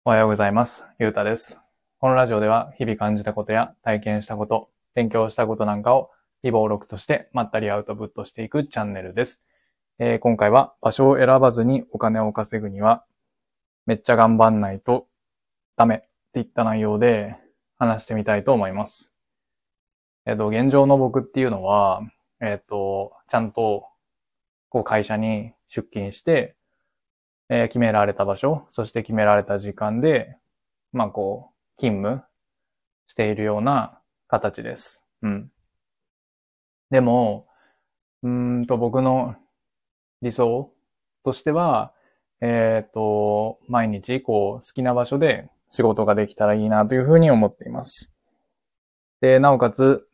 おはようございます。ゆうたです。このラジオでは日々感じたことや体験したこと、勉強したことなんかを微暴録としてまったりアウトプットしていくチャンネルです。今回は場所を選ばずにお金を稼ぐにはめっちゃ頑張んないとダメっていった内容で話してみたいと思います。現状の僕っていうのは、ちゃんと会社に出勤して、決められた場所、そして決められた時間で、勤務しているような形です。うん。でも、僕の理想としては、毎日好きな場所で仕事ができたらいいなというふうに思っています。で、なおかつ、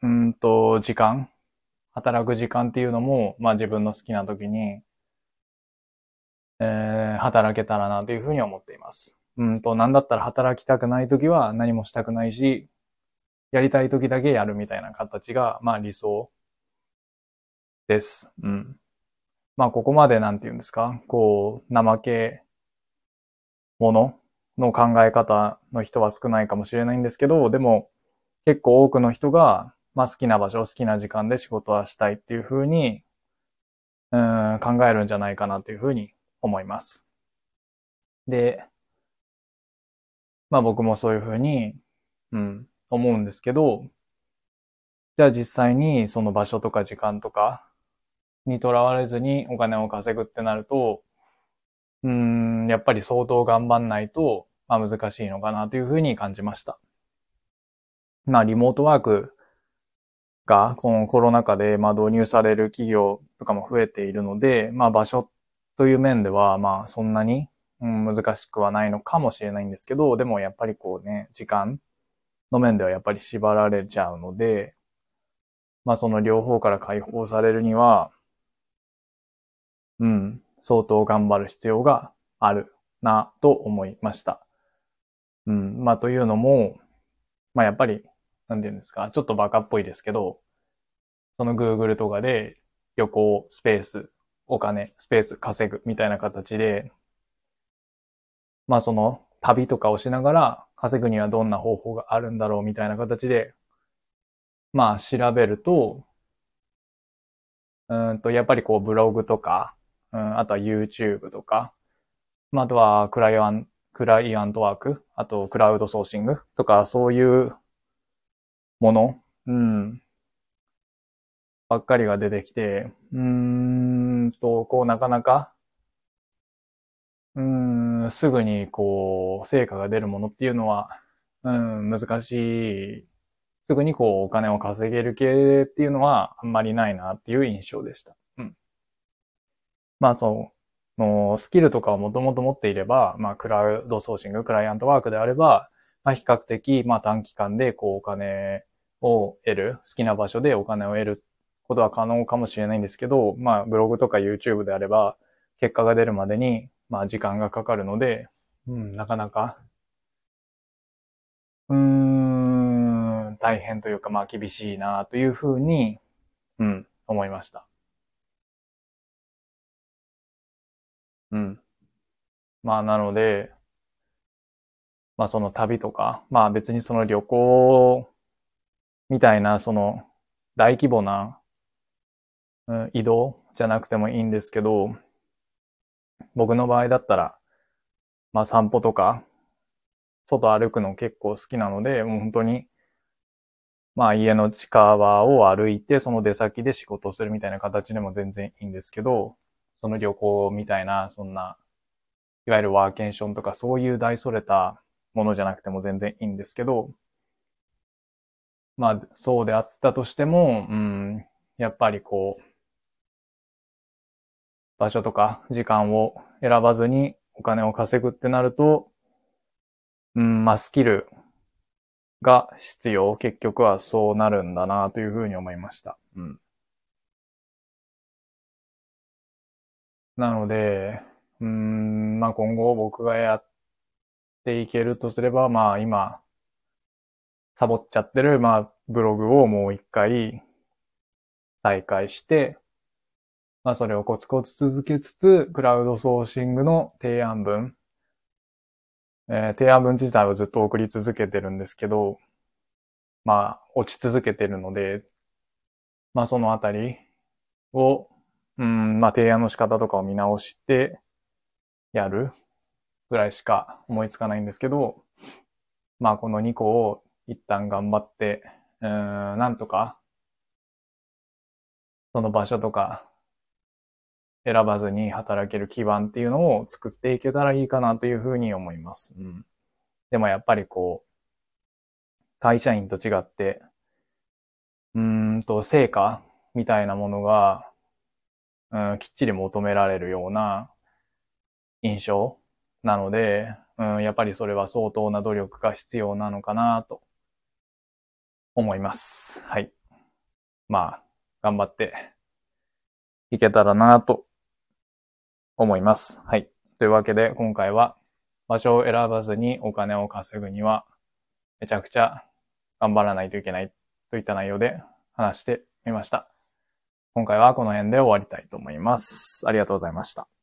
働く時間っていうのも、自分の好きな時に、働けたらなというふうに思っています。なんだったら働きたくない時は何もしたくないし、やりたい時だけやるみたいな形が、理想です。うん。ここまでなんて言うんですか、怠け者の考え方の人は少ないかもしれないんですけど、でも、結構多くの人が、好きな場所、好きな時間で仕事はしたいっていう風に、考えるんじゃないかなという風に思います。で、僕もそういう風に、思うんですけど、じゃあ実際にその場所とか時間とかにとらわれずにお金を稼ぐってなると、やっぱり相当頑張んないと、難しいのかなというふうに感じました。リモートワークが、このコロナ禍で、導入される企業とかも増えているので、場所という面では、そんなに、難しくはないのかもしれないんですけど、でもやっぱり時間の面ではやっぱり縛られちゃうので、その両方から解放されるには、相当頑張る必要があるなと思いました。というのも、やっぱり、なんていうんですか、ちょっとバカっぽいですけど、その Google とかで旅行、スペース、お金、スペース稼ぐみたいな形で、その旅とかをしながら稼ぐにはどんな方法があるんだろうみたいな形で、調べると、やっぱりブログとか、あとは YouTube とか、あとはクライアントワーク、あとクラウドソーシングとか、そういうもの、ばっかりが出てきて、なかなか、すぐに成果が出るものっていうのは、難しい。すぐにお金を稼げる系っていうのはあんまりないなっていう印象でした。スキルとかをもともと持っていれば、クラウドソーシング、クライアントワークであれば、比較的、短期間で、お金を得る、好きな場所でお金を得ることは可能かもしれないんですけど、ブログとか YouTube であれば、結果が出るまでに、時間がかかるので、なかなか、大変というか、厳しいなというふうに、思いました。うん。なので、その旅とか、別にその旅行みたいな、その大規模な、移動じゃなくてもいいんですけど、僕の場合だったら、散歩とか、外歩くの結構好きなので、もう本当に、家の近場を歩いて、その出先で仕事をするみたいな形でも全然いいんですけど、その旅行みたいな、そんな、いわゆるワーケーションとかそういう大それたものじゃなくても全然いいんですけど、そうであったとしても、やっぱり場所とか時間を選ばずにお金を稼ぐってなると、スキルが必要。結局はそうなるんだなというふうに思いました。なので、今後僕がやっていけるとすれば、今、サボっちゃってる、ブログをもう一回再開して、それをコツコツ続けつつ、クラウドソーシングの提案文提案文自体をずっと送り続けてるんですけど、まあ、落ち続けてるので、まあそのあたりを、まあ提案の仕方とかを見直してやるぐらいしか思いつかないんですけど、まあこの2個を一旦頑張って、なんとか、その場所とか選ばずに働ける基盤っていうのを作っていけたらいいかなというふうに思います。でもやっぱりこう、会社員と違って、成果みたいなものが、きっちり求められるような印象なので、やっぱりそれは相当な努力が必要なのかなと思います。はい。まあ、頑張っていけたらなと思います。はい。というわけで、今回は場所を選ばずにお金を稼ぐには、めちゃくちゃ頑張らないといけないといった内容で話してみました。今回はこの辺で終わりたいと思います。ありがとうございました。